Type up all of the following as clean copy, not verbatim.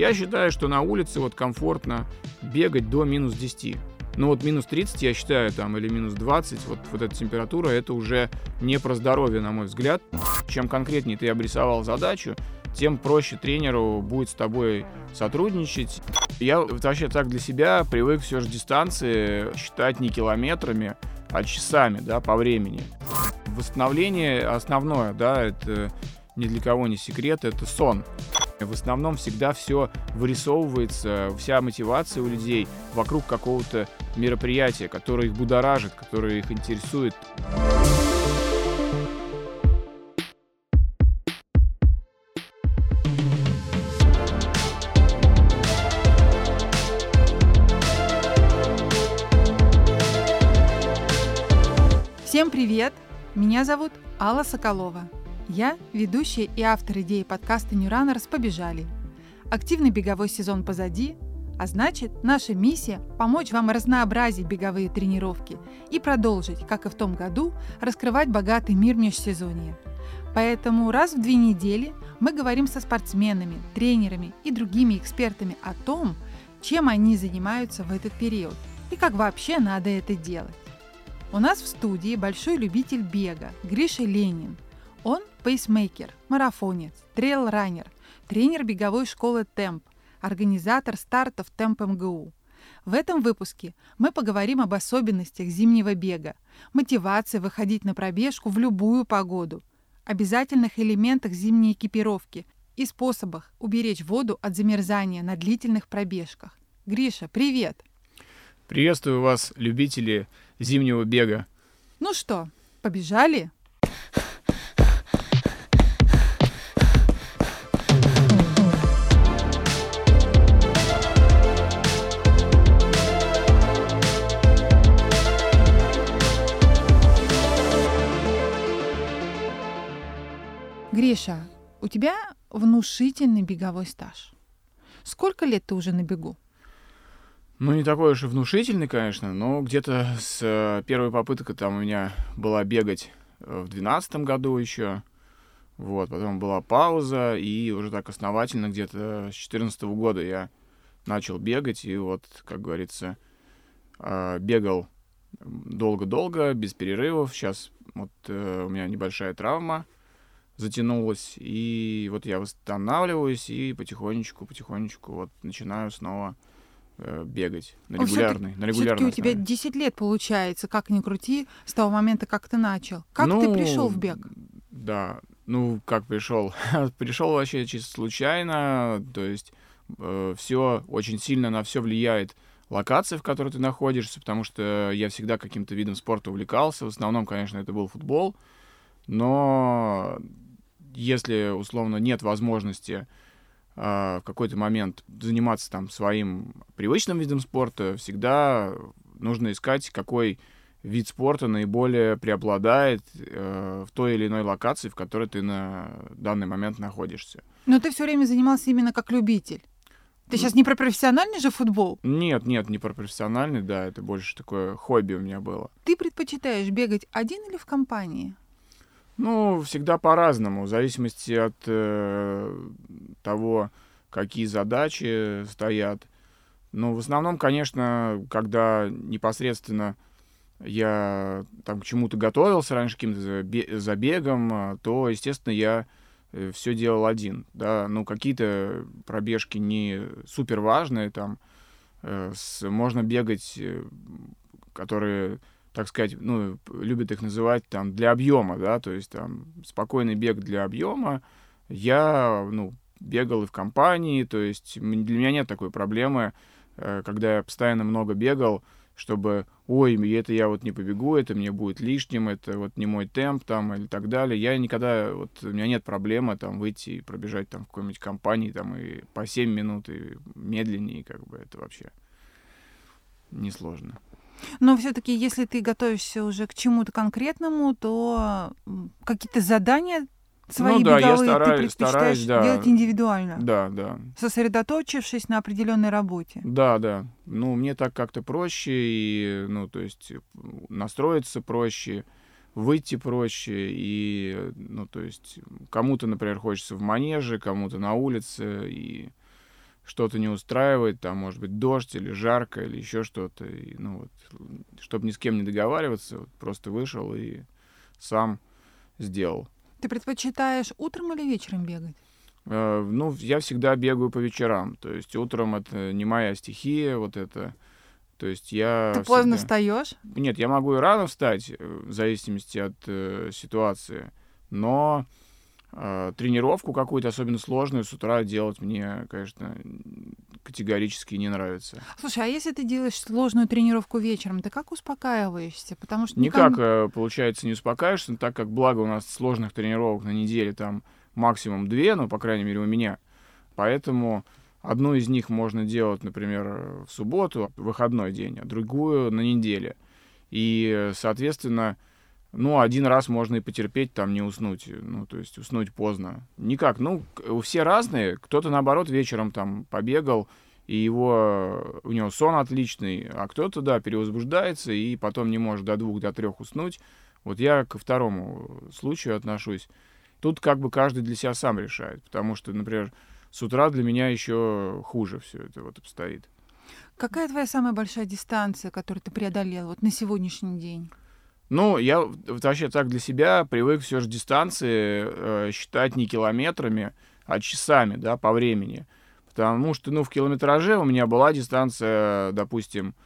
Я считаю, что на улице вот комфортно бегать до минус 10. Ну вот минус 30, я считаю, там, или минус 20, вот эта температура, это уже не про здоровье, на мой взгляд. Чем конкретнее ты обрисовал задачу, тем проще тренеру будет с тобой сотрудничать. Я вообще так для себя привык все же дистанции считать не километрами, а часами, да, по времени. Восстановление основное, да, это ни для кого не секрет, это сон. В основном всегда все вырисовывается, вся мотивация у людей вокруг какого-то мероприятия, которое их будоражит, которое их интересует. Всем привет! Меня зовут Алла Соколова. Я ведущая и автор идеи подкаста New Runners «Побежали». Активный беговой сезон позади, а значит, наша миссия – помочь вам разнообразить беговые тренировки и продолжить, как и в том году, раскрывать богатый мир межсезонья. Поэтому раз в 2 недели мы говорим со спортсменами, тренерами и другими экспертами о том, чем они занимаются в этот период и как вообще надо это делать. У нас в студии большой любитель бега Гриша Ленин. Он пейсмейкер, марафонец, трейл-раннер, тренер беговой школы «Темп», организатор стартов «Темп МГУ». В этом выпуске мы поговорим об особенностях зимнего бега, мотивации выходить на пробежку в любую погоду, обязательных элементах зимней экипировки и способах уберечь воду от замерзания на длительных пробежках. Гриша, привет! Приветствую вас, любители зимнего бега. Ну что, побежали? Гриша, у тебя внушительный беговой стаж. Сколько лет ты уже на бегу? Ну, не такой уж и внушительный, конечно, но где-то с первой попытки там у меня была бегать в 2012 году еще. Вот, потом была пауза, и уже так основательно где-то с 2014 года я начал бегать, и вот, как говорится, бегал долго-долго, без перерывов. Сейчас вот у меня небольшая травма затянулась, и вот я восстанавливаюсь, и потихонечку вот начинаю снова бегать на регулярной основе. Все-таки у тебя 10 лет получается, как ни крути, с того момента, как ты начал. Как ты пришел в бег? Да, как пришел? Пришел вообще чисто случайно, то есть все очень сильно на все влияет локация, в которой ты находишься, потому что я всегда каким-то видом спорта увлекался. В основном, конечно, это был футбол, но если, условно, нет возможности в какой-то момент заниматься там своим привычным видом спорта, всегда нужно искать, какой вид спорта наиболее преобладает в той или иной локации, в которой ты на данный момент находишься. Но ты все время занимался именно как любитель. Ты сейчас не про профессиональный же футбол? Нет, не про профессиональный, да, это больше такое хобби у меня было. Ты предпочитаешь бегать один или в компании? Всегда по-разному, в зависимости от того, какие задачи стоят. В основном, конечно, когда непосредственно я там к чему-то готовился раньше, каким-то забегом, то, естественно, я все делал один. Да? Какие-то пробежки не супер важные, там можно бегать, которые, так сказать, любят их называть там для объема, да, то есть там спокойный бег для объема. Я, бегал и в компании, то есть для меня нет такой проблемы, когда я постоянно много бегал, чтобы, это я вот не побегу, это мне будет лишним, это вот не мой темп там или так далее. Я никогда, у меня нет проблемы там выйти и пробежать там в какой-нибудь компании там и по 7 минут, и медленнее, это вообще несложно. Но все-таки, если ты готовишься уже к чему-то конкретному, то какие-то задания свои беговые ты предпочитаешь делать индивидуально? Да. Сосредоточившись на определенной работе? Да. Мне так как-то проще, и, то есть настроиться проще, выйти проще, и, то есть кому-то, например, хочется в манеже, кому-то на улице, и что-то не устраивает, там, может быть, дождь или жарко, или еще что-то, и, ну, вот, чтобы ни с кем не договариваться, вот, просто вышел и сам сделал. Ты предпочитаешь утром или вечером бегать? Ну, я всегда бегаю по вечерам, то есть утром это не моя стихия, вот это, то есть я Ты поздно всегда... встаешь? Нет, я могу и рано встать, в зависимости от ситуации, но тренировку какую-то, особенно сложную, с утра делать мне, конечно, категорически не нравится. Слушай, а если ты делаешь сложную тренировку вечером, ты как успокаиваешься? Потому что Никак, получается, не успокаиваешься, так как, благо, у нас сложных тренировок на неделе там максимум 2, ну, по крайней мере, у меня. Поэтому одну из них можно делать, например, в субботу, выходной день, а другую на неделе. И, соответственно, ну, один раз можно и потерпеть, там, не уснуть. Ну, то есть уснуть поздно. Никак. Ну, все разные. Кто-то, наоборот, вечером там побегал, и у него сон отличный, а кто-то, да, перевозбуждается и потом не может до 2, до 3 уснуть. Вот я ко второму случаю отношусь. Тут как бы каждый для себя сам решает, потому что, например, с утра для меня еще хуже все это вот обстоит. Какая твоя самая большая дистанция, которую ты преодолел вот на сегодняшний день? Ну, я вообще так для себя привык все же дистанции считать не километрами, а часами, да, по времени. Потому что, ну, в километраже у меня была дистанция, допустим,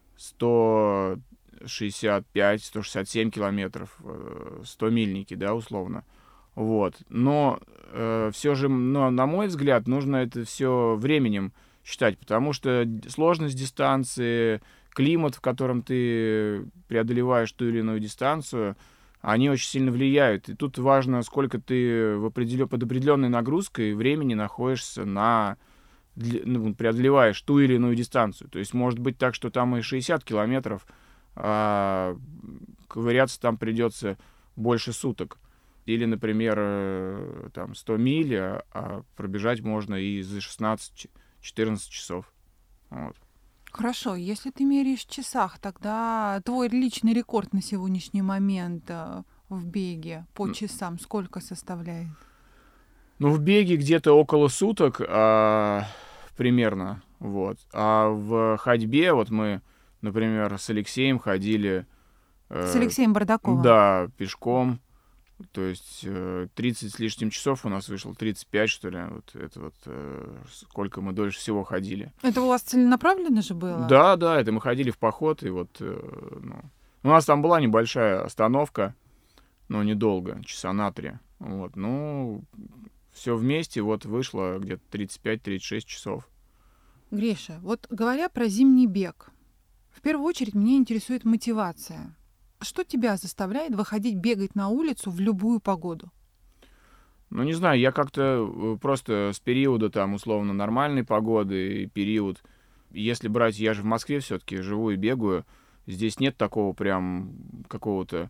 165-167 километров, 100-мильники, да, условно. Вот. Но все же, ну, на мой взгляд, нужно это все временем считать, потому что сложность дистанции, климат, в котором ты преодолеваешь ту или иную дистанцию, они очень сильно влияют. И тут важно, сколько ты под определенной нагрузкой времени находишься преодолеваешь ту или иную дистанцию. То есть может быть так, что там и 60 километров, а ковыряться там придется больше суток. Или, например, там 100 миль, а пробежать можно и за 16-14 часов. Вот. Хорошо, если ты меряешь в часах, тогда твой личный рекорд на сегодняшний момент в беге по часам сколько составляет? Ну, в беге где-то около суток примерно. Вот. А в ходьбе, вот мы, например, с Алексеем ходили... С Алексеем Бардаковым? Да, пешком. То есть 30 с лишним часов у нас вышло, 35, что ли. Вот это вот сколько мы дольше всего ходили. Это у вас целенаправленно же было? Да, да, это мы ходили в поход, и вот у нас там была небольшая остановка, но недолго, часа на 3. Вот, ну, все вместе вот вышло где-то 35-36 часов. Гриша, вот говоря про зимний бег, в первую очередь меня интересует мотивация. Что тебя заставляет выходить бегать на улицу в любую погоду? Ну, не знаю, я как-то просто с периода там условно нормальной погоды и период, если брать, я же в Москве все-таки живу и бегаю, здесь нет такого прям какого-то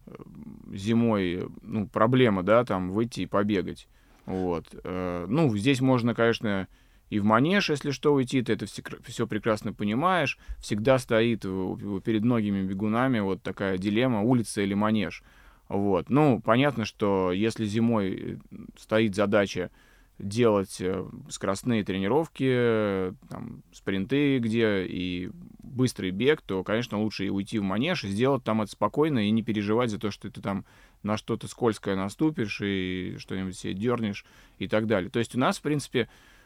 зимой, ну, проблемы, да, там выйти и побегать. Вот. Ну, здесь можно, конечно, и в манеж, если что, уйти, ты это все прекрасно понимаешь. Всегда стоит перед многими бегунами вот такая дилемма: улица или манеж. Вот. Ну, понятно, что если зимой стоит задача делать скоростные тренировки, там, спринты где и быстрый бег, то, конечно, лучше и уйти в манеж и сделать там это спокойно и не переживать за то, что ты там на что-то скользкое наступишь и что-нибудь себе дернешь и так далее. То есть у нас, в принципе,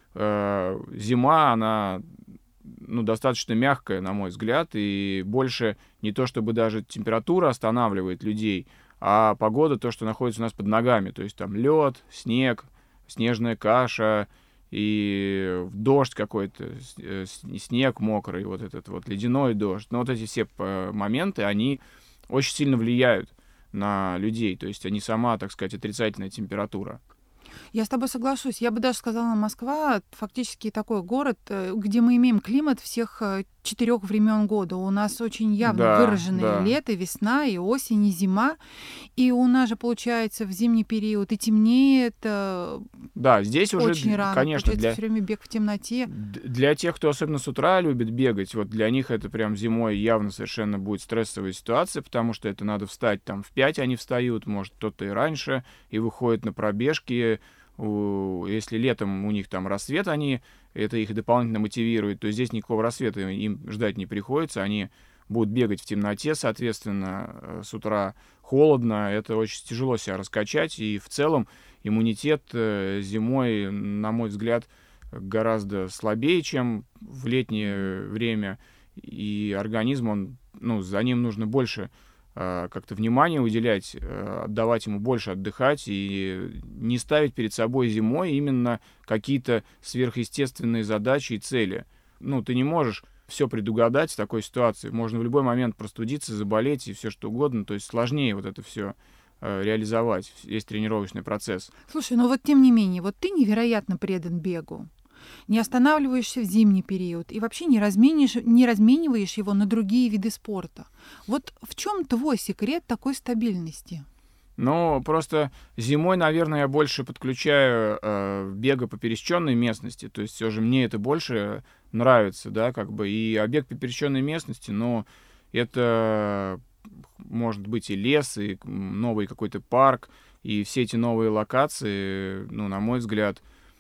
зима, она, ну, достаточно мягкая, на мой взгляд, и больше не то, чтобы даже температура останавливает людей, а погода, то, что находится у нас под ногами. То есть там лед, снег, снежная каша и дождь какой-то, снег мокрый, вот этот вот ледяной дождь. Но вот эти все моменты, они очень сильно влияют на людей. То есть они сама, так сказать, отрицательная температура. Я с тобой соглашусь. Я бы даже сказала, Москва фактически такой город, где мы имеем климат всех 4 времен года. У нас очень явно выраженные лето, весна, и осень, и зима. И у нас же, получается, в зимний период и темнеет. Да, здесь уже, очень рано. конечно, все время бег в темноте. Для тех, кто особенно с утра любит бегать, вот для них это прям зимой явно совершенно будет стрессовая ситуация, потому что это надо встать там в 5, они встают, может, кто-то и раньше, и выходит на пробежки. Если летом у них там рассвет, это их дополнительно мотивирует, то здесь никакого рассвета им ждать не приходится. Они будут бегать в темноте, соответственно, с утра холодно. Это очень тяжело себя раскачать. И в целом иммунитет зимой, на мой взгляд, гораздо слабее, чем в летнее время. И организм, за ним нужно больше как-то внимание уделять, отдавать ему больше отдыхать и не ставить перед собой зимой именно какие-то сверхъестественные задачи и цели. Ты не можешь все предугадать в такой ситуации. Можно в любой момент простудиться, заболеть и все что угодно. То есть сложнее вот это все реализовать, весь тренировочный процесс. Слушай, но тем не менее, ты невероятно предан бегу. Не останавливаешься в зимний период и вообще не размениваешь его на другие виды спорта. В чем твой секрет такой стабильности? Просто зимой, наверное, я больше подключаю бега по пересеченной местности. То есть все же мне это больше нравится, да, И бег по пересеченной местности, это может быть и лес, и новый какой-то парк, и все эти новые локации, на мой взгляд,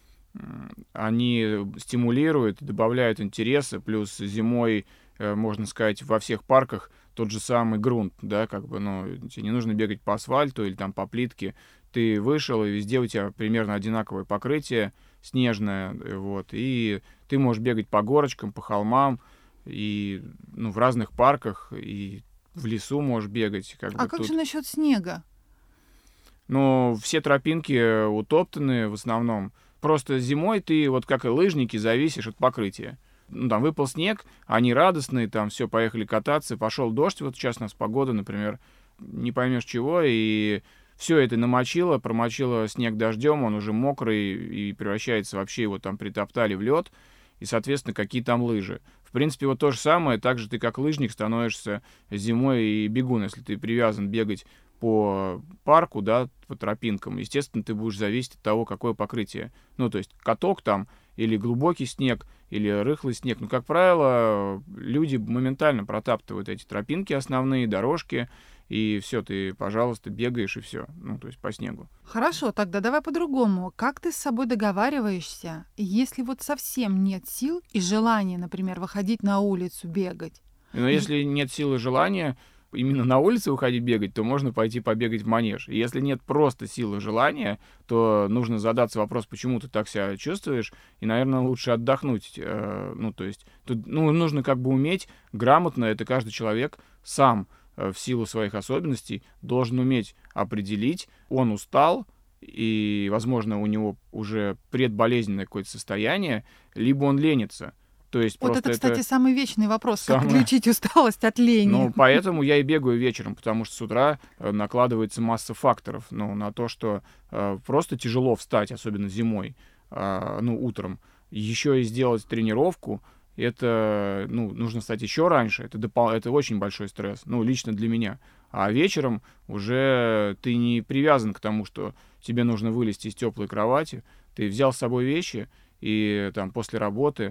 они стимулируют, добавляют интереса, плюс зимой, можно сказать, во всех парках тот же самый грунт, да, тебе не нужно бегать по асфальту или там по плитке, ты вышел, и везде у тебя примерно одинаковое покрытие снежное, и ты можешь бегать по горочкам, по холмам, и, в разных парках, и в лесу можешь бегать. Как же насчет снега? Все тропинки утоптаны в основном. Просто зимой ты, как и лыжники, зависишь от покрытия. Там выпал снег, они радостные, там все, поехали кататься, пошел дождь, сейчас у нас погода, например, не поймешь чего, и все это промочило снег дождем, он уже мокрый и превращается вообще, его там притоптали в лед, и, соответственно, какие там лыжи. В принципе, то же самое, так же ты как лыжник становишься зимой и бегун, если ты привязан бегать по парку, да, по тропинкам, естественно, ты будешь зависеть от того, какое покрытие. То есть каток там, или глубокий снег, или рыхлый снег. Как правило, люди моментально протаптывают эти тропинки, основные дорожки, и все, ты, пожалуйста, бегаешь, и все. То есть по снегу. Хорошо, тогда давай по-другому. Как ты с собой договариваешься, если совсем нет сил и желания, например, выходить на улицу, бегать? Если нет сил и желания именно на улице выходить бегать, то можно пойти побегать в манеж. И если нет просто силы желания, то нужно задаться вопрос, почему ты так себя чувствуешь, и, наверное, лучше отдохнуть. То есть тут нужно уметь грамотно, это каждый человек сам в силу своих особенностей должен уметь определить, он устал, и, возможно, у него уже предболезненное какое-то состояние, либо он ленится. То есть это, кстати, самый вечный вопрос, как отличить усталость от лени. Поэтому я и бегаю вечером, потому что с утра накладывается масса факторов, на то, что просто тяжело встать, особенно зимой, утром. Еще и сделать тренировку, это, нужно встать еще раньше, это очень большой стресс, лично для меня. А вечером уже ты не привязан к тому, что тебе нужно вылезти из теплой кровати, ты взял с собой вещи, и там после работы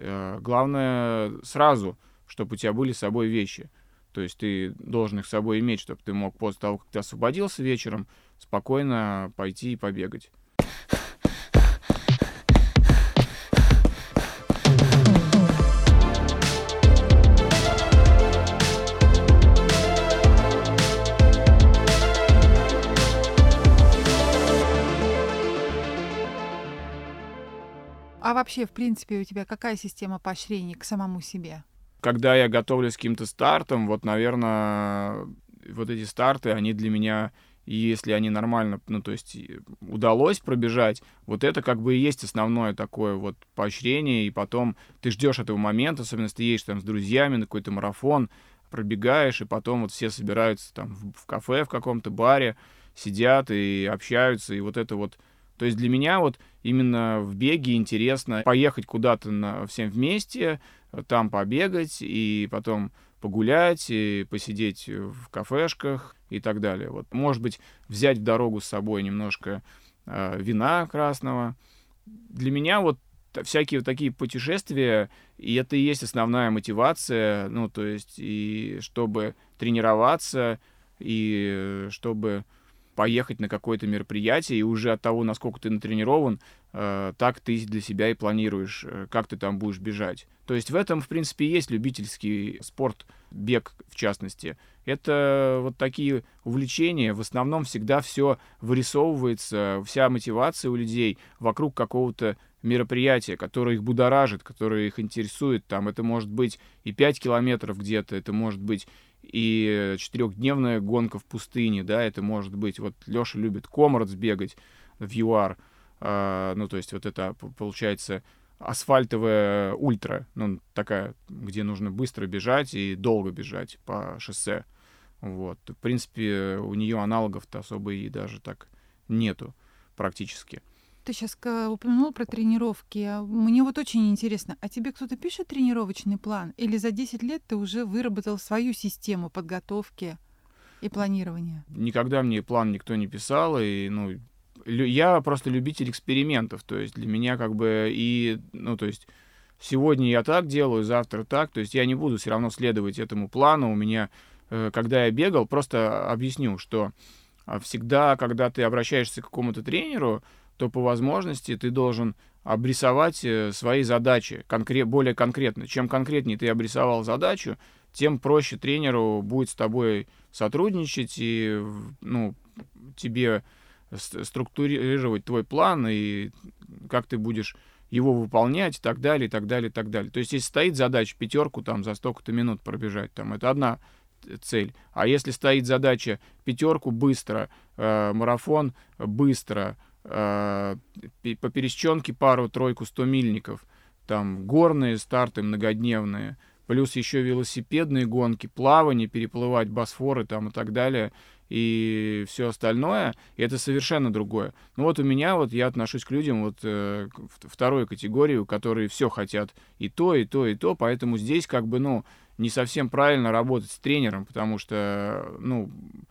главное сразу, чтобы у тебя были с собой вещи. То есть ты должен их с собой иметь, чтобы ты мог после того, как ты освободился вечером, спокойно пойти и побегать. А вообще, в принципе, у тебя какая система поощрений к самому себе? Когда я готовлюсь к каким-то стартам, наверное, эти старты, они для меня, если они нормально, то есть удалось пробежать, это и есть основное такое поощрение, и потом ты ждешь этого момента, особенно если ты едешь там с друзьями на какой-то марафон, пробегаешь, и потом все собираются там в кафе, в каком-то баре, сидят и общаются, и это. То есть для меня именно в беге интересно поехать куда-то всем вместе, там побегать, и потом погулять, и посидеть в кафешках и так далее. Может быть, взять в дорогу с собой немножко вина красного. Для меня всякие такие путешествия, и это и есть основная мотивация, то есть и чтобы тренироваться, и чтобы поехать на какое-то мероприятие, и уже от того, насколько ты натренирован, так ты для себя и планируешь, как ты там будешь бежать. То есть в этом, в принципе, и есть любительский спорт, бег в частности. Это вот такие увлечения. В основном всегда все вырисовывается, вся мотивация у людей вокруг какого-то мероприятия, которое их будоражит, которое их интересует. Там это может быть и 5 километров где-то, это может быть и 4-дневная гонка в пустыне, да, это может быть, вот Леша любит Комрадс бегать в ЮАР, ну, то есть вот это, получается, асфальтовая ультра, ну, такая, где нужно быстро бежать и долго бежать по шоссе. Вот. В принципе, у нее аналогов-то особо и даже так нету практически. Ты сейчас упомянул про тренировки. Мне вот очень интересно, а тебе кто-то пишет тренировочный план? Или за 10 лет ты уже выработал свою систему подготовки и планирования? Никогда мне план никто не писал, и, ну, я просто любитель экспериментов, то есть для меня как бы и, ну, то есть сегодня я так делаю, завтра так, то есть я не буду все равно следовать этому плану. У меня, когда я бегал, просто объясню, что всегда, когда ты обращаешься к какому-то тренеру, то по возможности ты должен обрисовать свои задачи более конкретно. Чем конкретнее ты обрисовал задачу, тем проще тренеру будет с тобой сотрудничать и, ну, тебе структурировать твой план и как ты будешь его выполнять и так далее, и так далее, и так далее. То есть, если стоит задача 5 там за столько-то минут пробежать, там, это одна цель. А если стоит задача 5 быстро, марафон быстро, по пересеченке пару-тройку 100-мильников, там горные старты многодневные, плюс еще велосипедные гонки, плавание, переплывать Босфоры там и так далее, и все остальное, и это совершенно другое. Ну вот у меня, вот я отношусь к людям вот второй категории, которые все хотят и то, и то, и то, поэтому здесь как бы, ну, не совсем правильно работать с тренером, потому что, ну,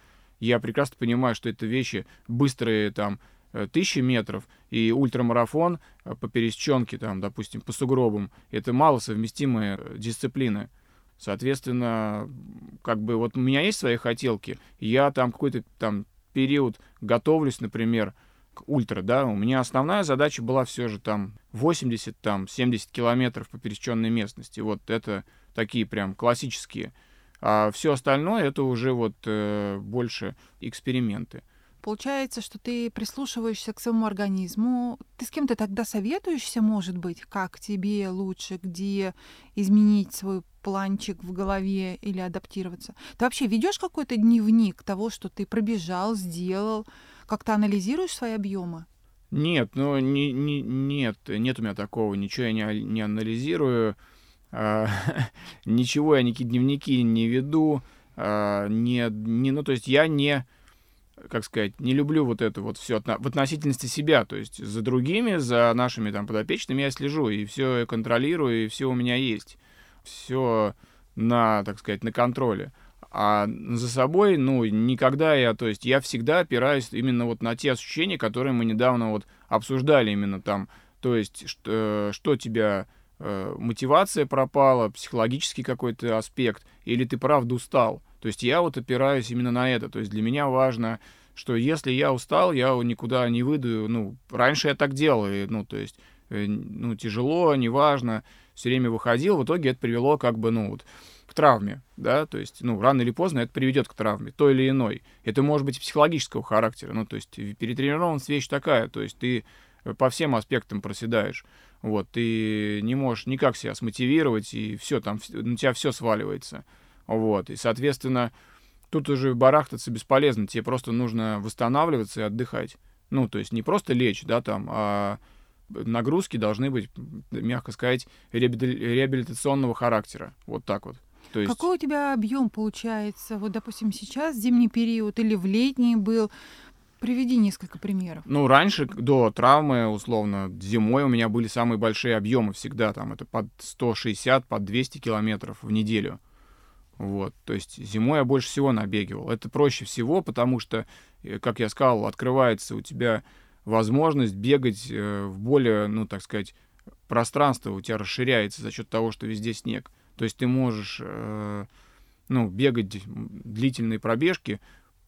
я прекрасно понимаю, что это вещи быстрые, там, 1000 метров и ультрамарафон по пересеченке, там, допустим, по сугробам, это малосовместимые дисциплины. Соответственно, как бы вот у меня есть свои хотелки, я там какой-то там период готовлюсь, например, к ультра, да, у меня основная задача была все же там 80, там, 70 километров по пересеченной местности, вот это такие прям классические, а все остальное это уже вот больше эксперименты. Получается, что ты прислушиваешься к своему организму. Ты с кем-то тогда советуешься, может быть, как тебе лучше, где изменить свой планчик в голове или адаптироваться? Ты вообще ведешь какой-то дневник того, что ты пробежал, сделал? Как-то анализируешь свои объемы? Нет, ну нет у меня такого, ничего я не анализирую, ничего я, никакие дневники не веду, ну, то есть я не, как сказать, не люблю вот это вот все в относительности себя, то есть за другими, за нашими там подопечными я слежу, и все контролирую, и все у меня есть, все так сказать, на контроле. А за собой, ну, никогда то есть я всегда опираюсь именно вот на те ощущения, которые мы недавно вот обсуждали именно там, то есть что тебя мотивация пропала, психологический какой-то аспект, или ты правда устал. То есть я вот опираюсь именно на это. То есть для меня важно, что если я устал, я никуда не выйду. Ну, раньше я так делал, ну, то есть, ну, тяжело, неважно, все время выходил. В итоге это привело как бы, ну, вот, к травме, да, то есть, ну, рано или поздно это приведет к травме, той или иной. Это может быть психологического характера, ну, то есть перетренированность вещь такая, то есть ты по всем аспектам проседаешь. Вот, ты не можешь никак себя смотивировать, и все, там на тебя все сваливается. Вот, и, соответственно, тут уже барахтаться бесполезно, тебе просто нужно восстанавливаться и отдыхать. Ну, то есть не просто лечь, да, там, а нагрузки должны быть, мягко сказать, реабилитационного характера. Вот так вот. То есть... Какой у тебя объем получается? Вот, допустим, сейчас зимний период или в летний был? Приведи несколько примеров. Ну, раньше, до травмы, условно, зимой у меня были самые большие объемы всегда. Там это под 160, под 200 километров в неделю. Вот. То есть зимой я больше всего набегивал. Это проще всего, потому что, как я сказал, открывается у тебя возможность бегать в более, ну, так сказать, пространство у тебя расширяется за счет того, что везде снег. То есть ты можешь, ну, бегать длительные пробежки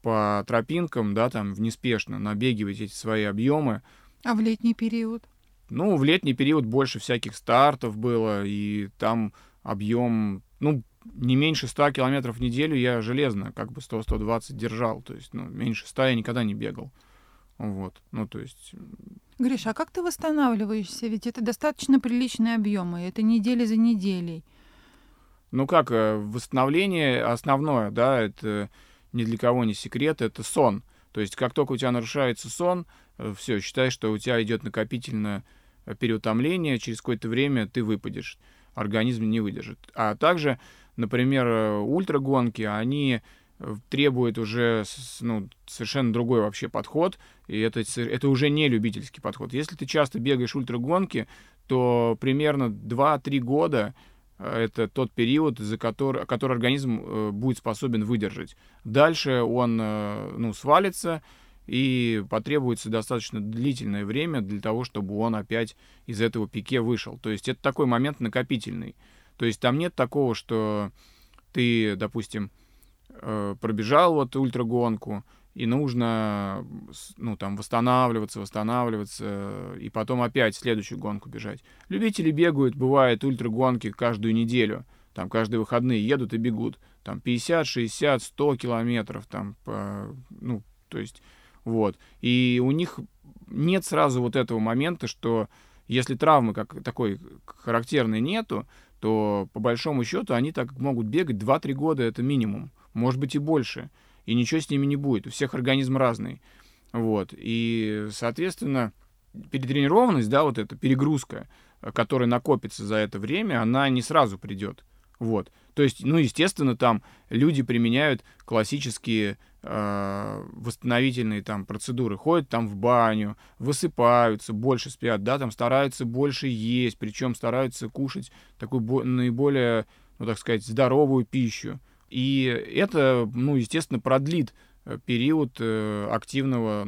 по тропинкам, да, там неспешно набегивать эти свои объемы. А в летний период? Ну, в летний период больше всяких стартов было, и там объем, ну, не меньше 100 километров в неделю я железно, как бы 100-120 держал, то есть, ну, меньше 100 я никогда не бегал. Вот, ну, то есть... Гриша, а как ты восстанавливаешься? Ведь это достаточно приличные объемы, это недели за неделей. Ну как, восстановление основное, да, это ни для кого не секрет, это сон. То есть как только у тебя нарушается сон, все, считай, что у тебя идет накопительное переутомление, через какое-то время ты выпадешь, организм не выдержит. А также, например, ультрагонки, они требуют уже совершенно другой вообще подход, и это уже не любительский подход. Если ты часто бегаешь ультрагонки, то примерно 2-3 года это тот период, который организм будет способен выдержать. Дальше он свалится, и потребуется достаточно длительное время для того, чтобы он опять из этого пике вышел. То есть это такой момент накопительный. То есть там нет такого, что ты, допустим, пробежал вот ультрагонку, и нужно, восстанавливаться, и потом опять следующую гонку бежать. Любители бегают, бывает, ультрагонки каждую неделю, там, каждые выходные едут и бегут, там, 50, 60, 100 километров, там, то есть, вот. И у них нет сразу вот этого момента, что если травмы как такой характерной нету, то, по большому счету, они так могут бегать 2-3 года, это минимум, может быть и больше. И ничего с ними не будет. У всех организм разный. Вот. И, соответственно, перетренированность, да, вот эта перегрузка, которая накопится за это время, она не сразу придет. Вот. То есть, естественно, там люди применяют классические восстановительные там процедуры. Ходят там в баню, высыпаются, больше спят, да, там стараются больше есть, причем стараются кушать такую наиболее, так сказать, здоровую пищу. И это, естественно, продлит период активного,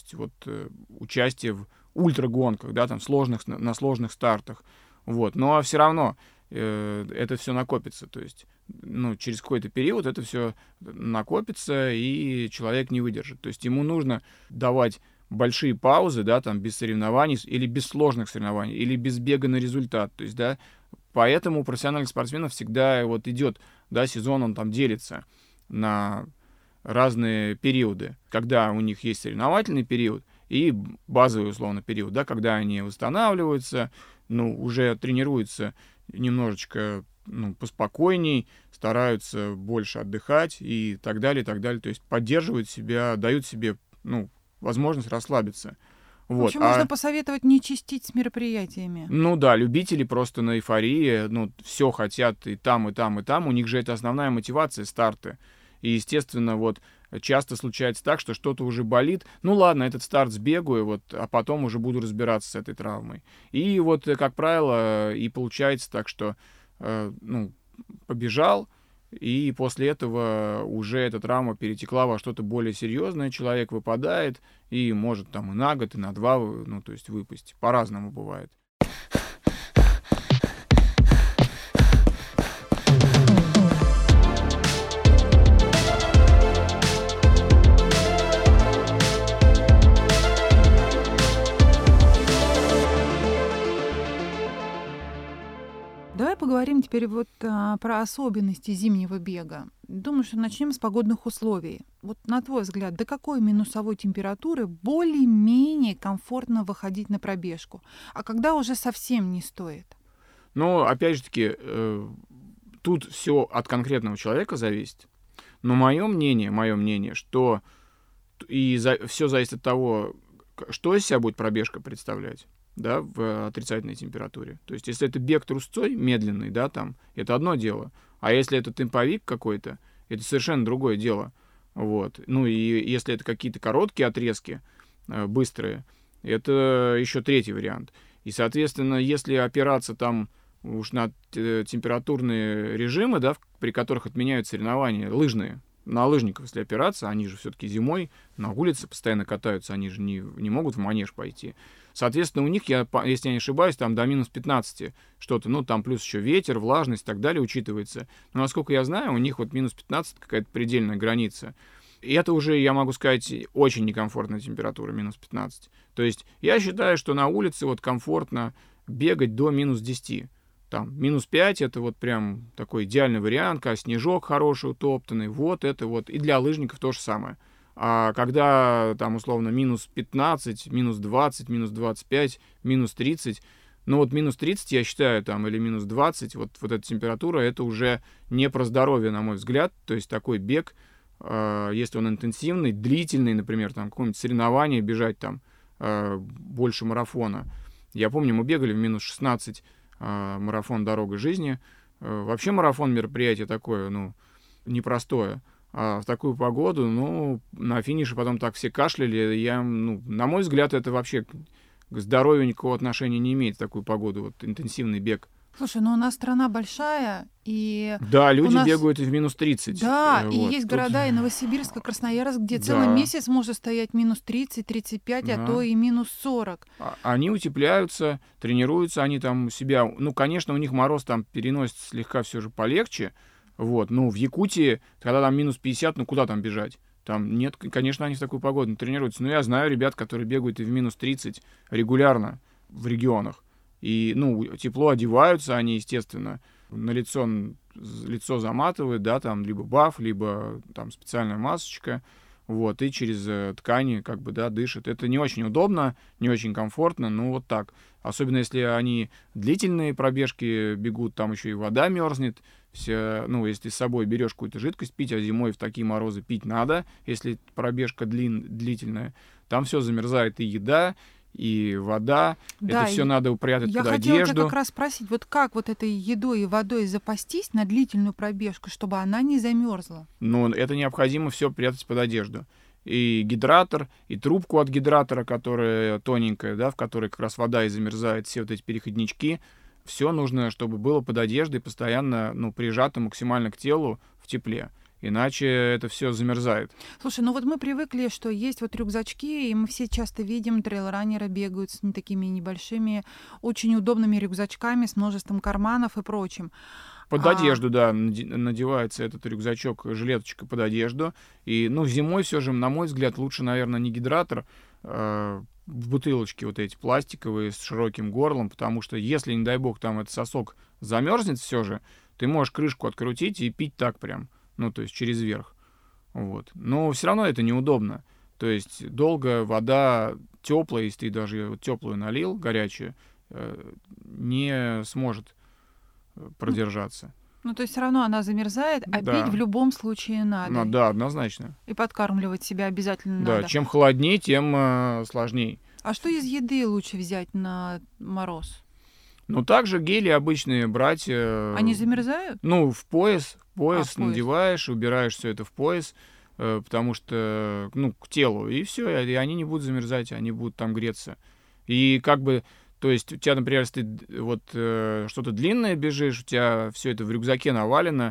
участия в ультрагонках, да, там, на сложных стартах. Вот. Но все равно это все накопится. То есть, через какой-то период это все накопится, и человек не выдержит. То есть ему нужно давать большие паузы, да, там, без соревнований, или без сложных соревнований, или без бега на результат. То есть, да, поэтому у профессиональных спортсменов всегда вот идет, да, сезон, он там делится на разные периоды, когда у них есть соревновательный период и базовый, условно, период, да, когда они восстанавливаются, уже тренируются немножечко, поспокойней, стараются больше отдыхать и так далее, и так далее. То есть поддерживают себя, дают себе, возможность расслабиться. Вот. В общем, можно посоветовать не чистить с мероприятиями. Любители просто на эйфории, все хотят и там, и там, и там. У них же это основная мотивация, старты. И, естественно, вот часто случается так, что что-то уже болит. Ладно, этот старт сбегаю, а потом уже буду разбираться с этой травмой. И вот, как правило, и получается так, что, побежал, и после этого уже эта травма перетекла во что-то более серьезное, человек выпадает, и может там и на год, и на 2, выпасть. По-разному бывает. Давай поговорим теперь про особенности зимнего бега. Думаю, что начнем с погодных условий. Вот на твой взгляд, до какой минусовой температуры более-менее комфортно выходить на пробежку, а когда уже совсем не стоит? Опять же таки, тут все от конкретного человека зависит. Но мое мнение, что все зависит от того, что из себя будет пробежка представлять, да, в отрицательной температуре. То есть, если это бег трусцой, медленный, да, там, это одно дело. А если это темповик какой-то, это совершенно другое дело. Вот. И если это какие-то короткие отрезки, быстрые, это еще третий вариант. И, соответственно, если опираться там уж на температурные режимы, да, при которых отменяют соревнования лыжные, на лыжников, если опираться, они же все-таки зимой на улице постоянно катаются, они же не могут в манеж пойти. Соответственно, у них, если я не ошибаюсь, там до минус 15 что-то, там плюс еще ветер, влажность и так далее учитывается. Но, насколько я знаю, у них вот минус 15 какая-то предельная граница. И это уже, я могу сказать, очень некомфортная температура, минус 15. То есть я считаю, что на улице вот комфортно бегать до минус 10. Там минус 5 это вот прям такой идеальный вариант, когда снежок хороший, утоптанный, вот это вот. И для лыжников то же самое. А когда там условно минус 15, минус 20, минус 25, минус 30, ну вот минус 30, я считаю, там, или минус 20, вот эта температура, это уже не про здоровье, на мой взгляд. То есть такой бег, если он интенсивный, длительный, например, там какое-нибудь соревнование, бежать там больше марафона. Я помню, мы бегали в минус 16 марафон «Дорога жизни». Вообще марафон мероприятие такое, ну, непростое. А в такую погоду, ну, на финише потом так все кашляли. На мой взгляд, это вообще к здоровью никакого отношения не имеет в такую погоду, вот интенсивный бег. Слушай, ну у нас страна большая, и... Да, люди бегают и в минус 30. Да, и есть города, и Новосибирск, и Красноярск, где целый месяц может стоять минус 30, 35, а то и минус 40. Они утепляются, тренируются, они там себя... Ну, конечно, у них мороз там переносит слегка все же полегче. Вот, ну, в Якутии, когда там минус 50, ну, куда там бежать? Там нет, конечно, они в такую погоду не тренируются. Но я знаю ребят, которые бегают и в минус 30 регулярно в регионах. И, ну, тепло одеваются они, естественно, на лицо заматывают, да, там либо баф, либо там специальная масочка, вот, и через ткани, как бы, да, дышат. Это не очень удобно, не очень комфортно, ну, вот так. Особенно, если они длительные пробежки бегут, там еще и вода мерзнет, ну, если с собой берешь какую-то жидкость пить, а зимой в такие морозы пить надо, если пробежка длительная, там все замерзает, и еда, и вода, да, это все надо упрятать под одежду. Я хотела тебя как раз спросить, вот как вот этой едой и водой запастись на длительную пробежку, чтобы она не замерзла? Ну, это необходимо все прятать под одежду. И гидратор, и трубку от гидратора, которая тоненькая, да, в которой как раз вода и замерзает, все вот эти переходнички, все нужно, чтобы было под одеждой постоянно, ну, прижато максимально к телу в тепле. Иначе это все замерзает. Слушай, ну вот мы привыкли, что есть вот рюкзачки, и мы все часто видим, трейлранеры бегают с такими небольшими, очень удобными рюкзачками с множеством карманов и прочим. Под одежду, да, надевается этот рюкзачок, жилеточка под одежду. И, ну, зимой все же, на мой взгляд, лучше, наверное, не гидратор, бутылочки вот эти пластиковые с широким горлом, потому что если, не дай бог, там этот сосок замерзнет все же, ты можешь крышку открутить и пить так прям. Ну, то есть через верх. Вот. Но все равно это неудобно. То есть долго вода теплая, если ты даже теплую налил, горячую, не сможет продержаться. Ну, то есть все равно она замерзает, а да. Пить в любом случае надо. Ну, да, однозначно. И подкармливать себя обязательно надо. Да, чем холоднее, тем сложнее. А что из еды лучше взять на мороз? Ну, также гели обычные брать. Они замерзают? Ну, в пояс надеваешь, убираешь все это в пояс, потому что, ну, к телу, и все, и они не будут замерзать, они будут там греться. И как бы, то есть у тебя, например, если ты вот что-то длинное бежишь, у тебя все это в рюкзаке навалено,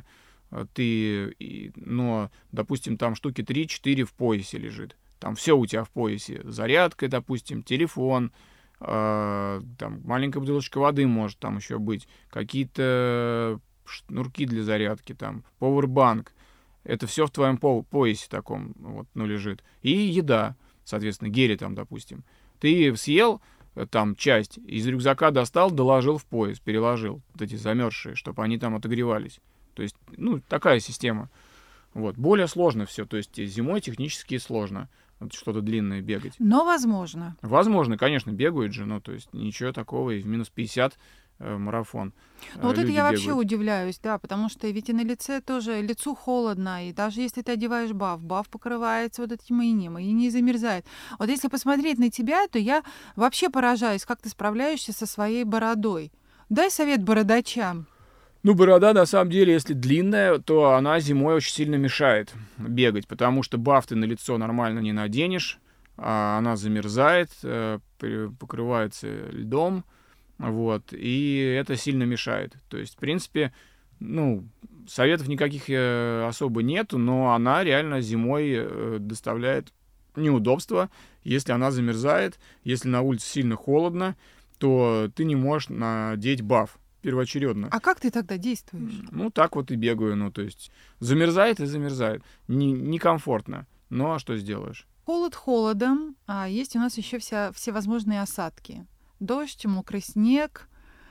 но, допустим, там штуки 3-4 в поясе лежит. Там все у тебя в поясе. Зарядка, допустим, телефон, там маленькая бутылочка воды может там еще быть, какие-то шнурки для зарядки, там, пауэрбанк. Это все в твоем поясе таком вот, ну, лежит. И еда, соответственно, гели там, допустим. Ты съел там часть, из рюкзака достал, доложил в пояс, переложил вот эти замерзшие, чтобы они там отогревались. То есть, ну, такая система. Вот. Более сложно все. То есть зимой технически сложно что-то длинное бегать. Но возможно. Возможно, конечно, бегают же, но то есть ничего такого, и в минус 50 марафон. Ну вот это я вообще удивляюсь, да, потому что ведь и на лицу холодно, и даже если ты одеваешь баф покрывается вот этим инеем и не замерзает. Вот если посмотреть на тебя, то я вообще поражаюсь, как ты справляешься со своей бородой. Дай совет бородачам. Ну, борода, на самом деле, если длинная, то она зимой очень сильно мешает бегать, потому что баф ты на лицо нормально не наденешь, а она замерзает, покрывается льдом, вот, и это сильно мешает. То есть, в принципе, ну, советов никаких особо нету, но она реально зимой доставляет неудобства, если она замерзает, если на улице сильно холодно, то ты не можешь надеть баф первоочередно. А как ты тогда действуешь? Ну, так вот и бегаю, ну, то есть замерзает и замерзает. Некомфортно. Ну, а что сделаешь? Холод холодом, а есть у нас еще всевозможные осадки. Дождь, мокрый снег.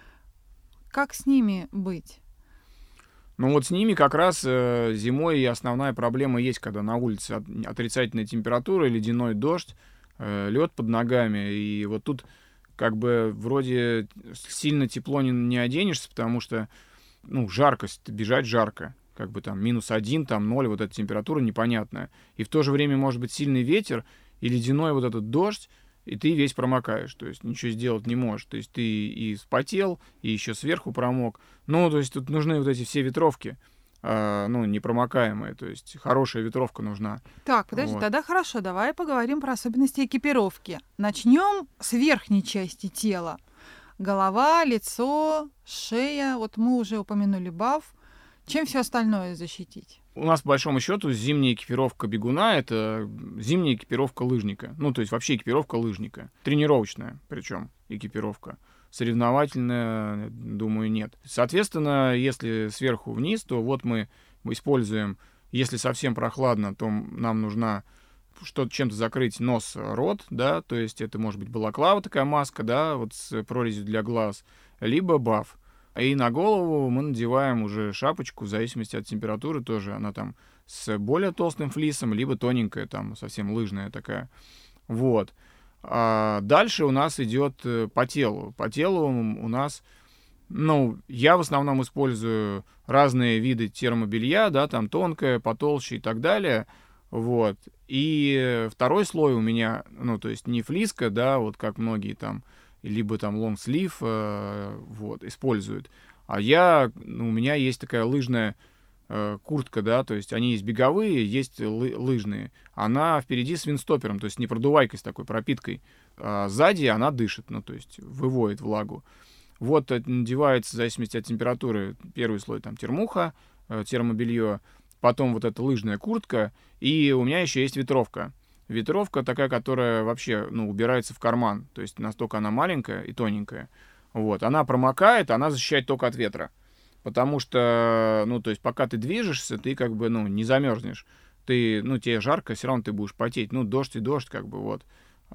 Как с ними быть? Ну вот с ними как раз зимой и основная проблема есть, когда на улице отрицательная температура, ледяной дождь, лед под ногами. И вот тут как бы вроде сильно тепло не оденешься, потому что, ну, жарко, бежать жарко. Как бы там -1, там 0, вот эта температура непонятная. И в то же время может быть сильный ветер и ледяной вот этот дождь, и ты весь промокаешь, то есть ничего сделать не можешь. То есть ты и вспотел, и еще сверху промок. Ну, то есть тут нужны вот эти все ветровки, ну, непромокаемые, то есть хорошая ветровка нужна. Так, подожди, Вот. тогда хорошо, давай поговорим про особенности экипировки. Начнем с верхней части тела. Голова, лицо, шея. Вот мы уже упомянули баф. Чем все остальное защитить? У нас, по большому счету, зимняя экипировка бегуна — это зимняя экипировка лыжника. Ну, то есть вообще экипировка лыжника. Тренировочная, причем экипировка. Соревновательная, думаю, нет. Соответственно, если сверху вниз, то вот мы используем, если совсем прохладно, то нам нужна что-то чем-то закрыть нос, рот, да, то есть это может быть балаклава, такая маска, да, вот с прорезью для глаз, либо баф. И на голову мы надеваем уже шапочку, в зависимости от температуры тоже. Она там с более толстым флисом, либо тоненькая, там совсем лыжная такая. Вот. А дальше у нас идет по телу. По телу у нас, ну, я в основном использую разные виды термобелья, да, там тонкое, потолще и так далее. Вот. И второй слой у меня, ну, то есть не флиска, да, вот как многие там, либо там лонгслив вот, используют. А у меня есть такая лыжная куртка, да, то есть они есть беговые, есть лыжные. Она впереди с виндстопером, то есть не продувайкой, с такой пропиткой. А сзади она дышит, ну, то есть выводит влагу. Вот надевается в зависимости от температуры первый слой там термуха, термобелье, потом вот эта лыжная куртка, и у меня еще есть ветровка. Ветровка такая, которая вообще, ну, убирается в карман. То есть настолько она маленькая и тоненькая. Вот. Она промокает, она защищает только от ветра. Потому что, ну, то есть пока ты движешься, ты как бы, ну, не замерзнешь. Ты, ну, тебе жарко, все равно ты будешь потеть. Ну, дождь и дождь, как бы, вот.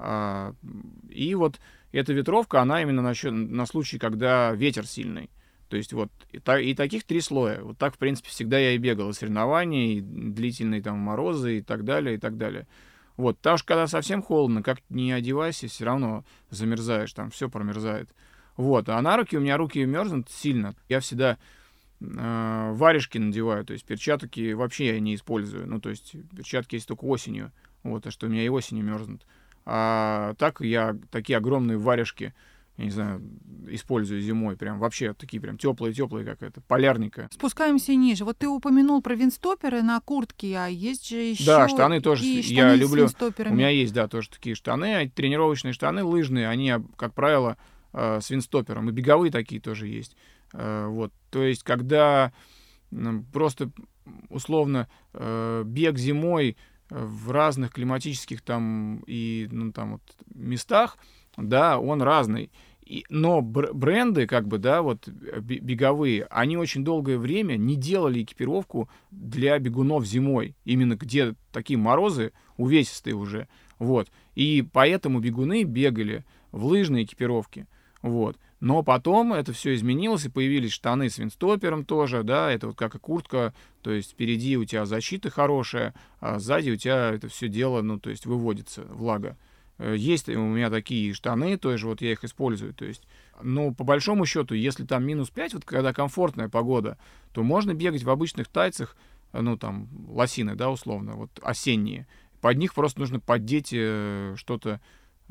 И вот эта ветровка, она именно на случай, когда ветер сильный. То есть вот и таких 3 слоя. Вот так, в принципе, всегда я и бегал. И соревнования, и длительные там морозы, и так далее, и так далее. Вот, потому что когда совсем холодно, как не одевайся, все равно замерзаешь, там все промерзает. Вот, а на руки у меня руки мерзнут сильно. Я всегда варежки надеваю, то есть перчатки вообще я не использую. Ну, то есть перчатки есть только осенью, вот, а что у меня и осенью мерзнут. А так я такие огромные варежки, я не знаю, использую зимой, прям вообще такие прям теплые-теплые, как это, полярника. Спускаемся ниже. Вот ты упомянул про виндстоперы на куртке, а есть же еще Да, штаны тоже. и Я штаны с люблю. виндстоперами. У меня есть, да, тоже такие штаны, тренировочные штаны лыжные, они, как правило, с виндстопером. И беговые такие тоже есть. Вот, то есть, когда просто условно бег зимой в разных климатических там и ну, там вот местах, да, он разный. Но бренды, как бы, да, вот беговые, они очень долгое время не делали экипировку для бегунов зимой. Именно где такие морозы увесистые уже. Вот. И поэтому бегуны бегали в лыжной экипировке. Вот. Но потом это все изменилось, и появились штаны с виндстопером тоже, да, это вот как и куртка, то есть впереди у тебя защита хорошая, а сзади у тебя это все дело, ну, то есть выводится влага. Есть у меня такие штаны, тоже вот я их использую, то есть, ну, по большому счету, если там -5, вот когда комфортная погода, то можно бегать в обычных тайцах, ну, там, лосины, да, условно, вот осенние. Под них просто нужно поддеть что-то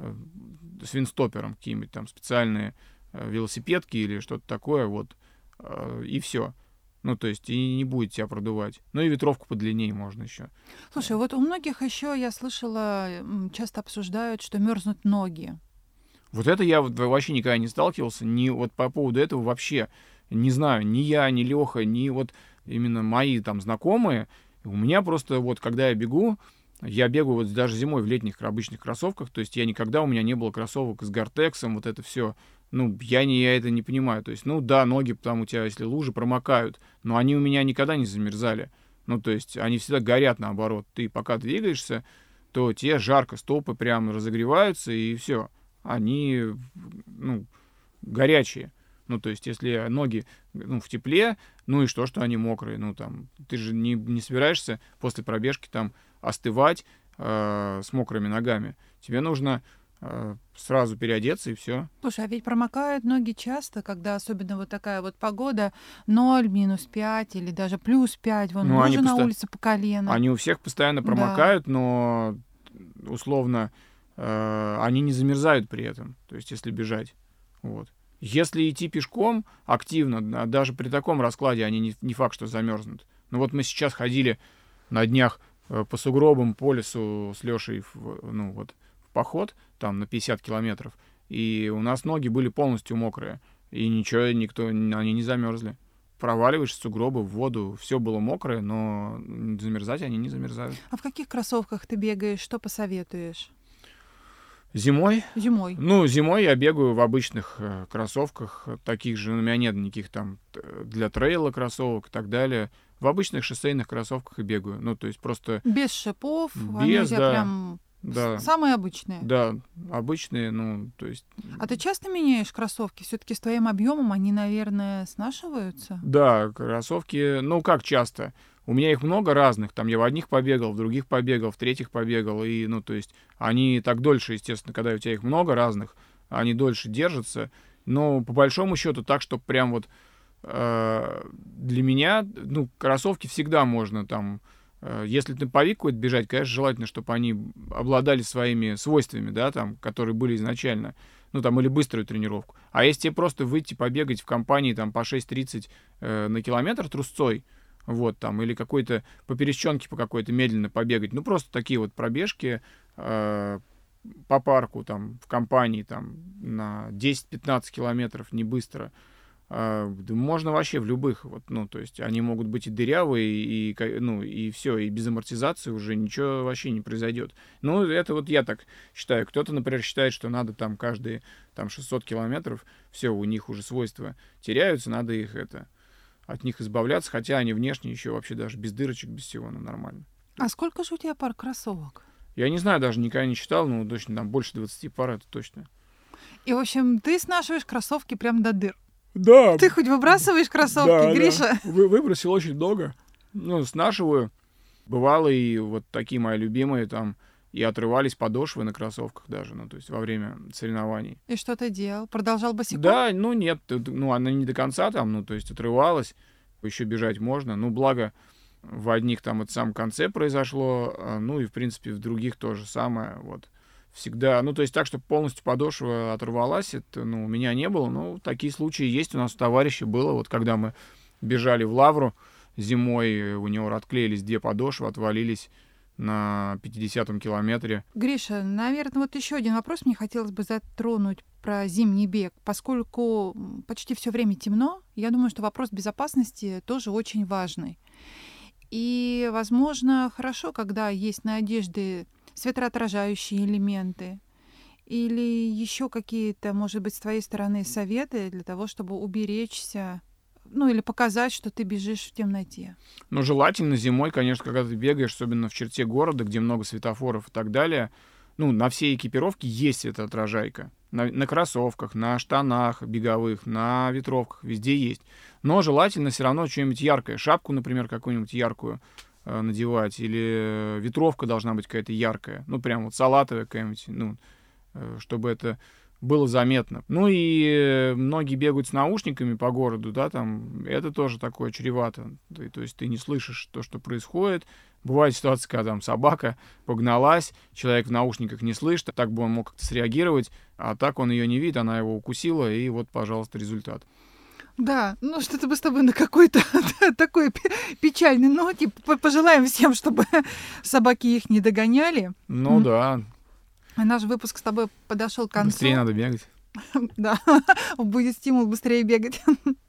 с виндстопером, какие-нибудь там специальные велосипедки или что-то такое, вот, и все. Ну, то есть, и не будет тебя продувать. Ну, и ветровку подлиннее можно еще. Слушай, вот у многих еще, я слышала, часто обсуждают, что мерзнут ноги. Вот это я вообще никогда не сталкивался, ни вот по поводу этого вообще не знаю, ни я, ни Леха, ни вот именно мои там знакомые. У меня просто вот, когда я бегаю вот даже зимой в летних обычных кроссовках, то есть у меня не было кроссовок с гортексом, вот это все. Ну, я это не понимаю. То есть, ну да, ноги там у тебя, если лужи, промокают, но они у меня никогда не замерзали. Ну, то есть они всегда горят наоборот. Ты пока двигаешься, то тебе жарко, стопы прям разогреваются, и все. Они, ну, горячие. Ну, то есть, если ноги, ну, в тепле, ну и что они мокрые? Ну, там, ты же не собираешься после пробежки там остывать с мокрыми ногами. Тебе нужно сразу переодеться, и все. Слушай, а ведь промокают ноги часто, когда особенно вот такая вот погода, 0, -5 или даже +5, вон, Ну, они лужа на улице по колено. Они у всех постоянно промокают, но условно они не замерзают при этом, то есть если бежать. Вот. Если идти пешком активно, даже при таком раскладе они не факт, что замерзнут. Ну вот мы сейчас ходили на днях по сугробам по лесу с Лешей в поход, там на 50 километров, и у нас ноги были полностью мокрые, и они не замерзли. Проваливаешь в сугробы, в воду, все было мокрое, но замерзать они не замерзают. А в каких кроссовках ты бегаешь? Что посоветуешь? Зимой? Зимой. Ну, зимой я бегаю в обычных кроссовках, таких же, у меня нет никаких там для трейла кроссовок и так далее. В обычных шоссейных кроссовках и бегаю. Ну, то есть просто... Без шипов? Они у тебя прям самые обычные? Да, обычные, ну, то есть... А ты часто меняешь кроссовки? Все-таки с твоим объемом они, наверное, снашиваются? Да, кроссовки, ну, как часто? У меня их много разных, там я в одних побегал, в других побегал, в третьих побегал, и, ну, то есть они так дольше, естественно, когда у тебя их много разных, они дольше держатся, но по большому счету так, что прям вот для меня, ну, кроссовки всегда можно там, если ты по Вику бежать, конечно, желательно, чтобы они обладали своими свойствами, да, там, которые были изначально, ну, там, или быструю тренировку. А если тебе просто выйти побегать в компании там по 6:30 на километр трусцой, вот, там, или какой-то по пересеченке по какой-то медленно побегать, ну, просто такие вот пробежки по парку, там, в компании, там, на 10-15 километров, не быстро, можно вообще в любых, вот, ну, то есть они могут быть и дырявые, ну, и все, и без амортизации уже ничего вообще не произойдет. Ну, это вот я так считаю. Кто-то, например, считает, что надо там каждые там 600 километров, все, у них уже свойства теряются, надо их от них избавляться, хотя они внешне еще вообще даже без дырочек, без всего, ну, нормально. А сколько же у тебя пар кроссовок? Я не знаю, даже никогда не считал, но точно там больше 20 пар, это точно. И, в общем, ты снашиваешь кроссовки прям до дыр. Да. Ты хоть выбрасываешь кроссовки, да, Гриша? Да. Выбросил очень много. Ну, снашиваю. Бывало и вот такие мои любимые там, и отрывались подошвы на кроссовках даже, ну, то есть во время соревнований. И что ты делал? Продолжал босиком? Да, ну, нет, ну, она не до конца там, ну, то есть отрывалась, еще бежать можно, ну, благо в одних там это в самом конце произошло, ну, и, в принципе, в других то же самое, вот. Всегда, ну, то есть так, чтобы полностью подошва оторвалась, это, ну, у меня не было, но такие случаи есть, у нас у товарища было, вот когда мы бежали в Лавру зимой, у него отклеились 2 подошвы, отвалились на 50-м километре. Гриша, наверное, вот еще один вопрос мне хотелось бы затронуть про зимний бег. Поскольку почти все время темно, я думаю, что вопрос безопасности тоже очень важный. И, возможно, хорошо, когда есть на одежде светоотражающие элементы или еще какие-то, может быть, с твоей стороны советы для того, чтобы уберечься, ну, или показать, что ты бежишь в темноте. Ну, желательно зимой, конечно, когда ты бегаешь, особенно в черте города, где много светофоров и так далее, ну, на всей экипировке есть светоотражайка. На кроссовках, на штанах беговых, на ветровках, везде есть. Но желательно все равно что-нибудь яркое. Шапку, например, какую-нибудь яркую надевать. Или ветровка должна быть какая-то яркая. Ну, прям вот салатовая какая-нибудь, ну, чтобы это было заметно. Ну и многие бегают с наушниками по городу, да, там, это тоже такое чревато. То есть ты не слышишь то, что происходит. Бывает ситуация, когда там собака погналась, человек в наушниках не слышит, так бы он мог как-то среагировать, а так он ее не видит, она его укусила, и вот, пожалуйста, результат. Да, ну что-то мы с тобой на какой-то такой печальной ноте пожелаем всем, чтобы собаки их не догоняли. Ну да. Наш выпуск с тобой подошел к концу. Быстрее надо бегать. Да, будет стимул быстрее бегать.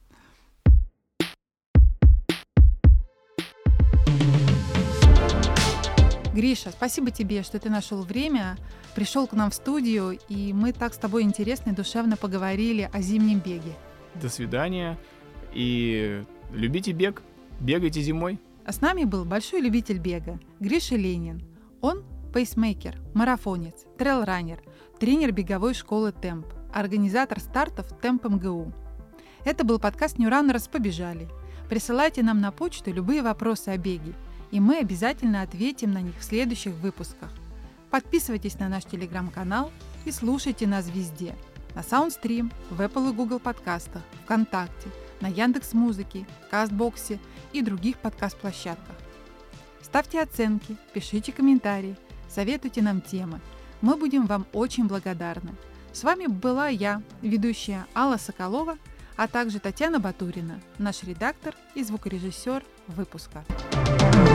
Гриша, спасибо тебе, что ты нашел время, пришел к нам в студию, и мы так с тобой интересно и душевно поговорили о зимнем беге. До свидания. И любите бег. Бегайте зимой. А с нами был большой любитель бега Гриша Ленин. Он пейсмейкер, марафонец, трейлранер, тренер беговой школы «Темп», организатор стартов «Темп МГУ». Это был подкаст New Runners «Побежали». Присылайте нам на почту любые вопросы о беге, и мы обязательно ответим на них в следующих выпусках. Подписывайтесь на наш телеграм-канал и слушайте нас везде. На Soundstream, в Apple и Google подкастах, ВКонтакте, на Яндекс.Музыке, Кастбоксе и других подкаст-площадках. Ставьте оценки, пишите комментарии, советуйте нам темы. Мы будем вам очень благодарны. С вами была я, ведущая Алла Соколова, а также Татьяна Батурина, наш редактор и звукорежиссер выпуска.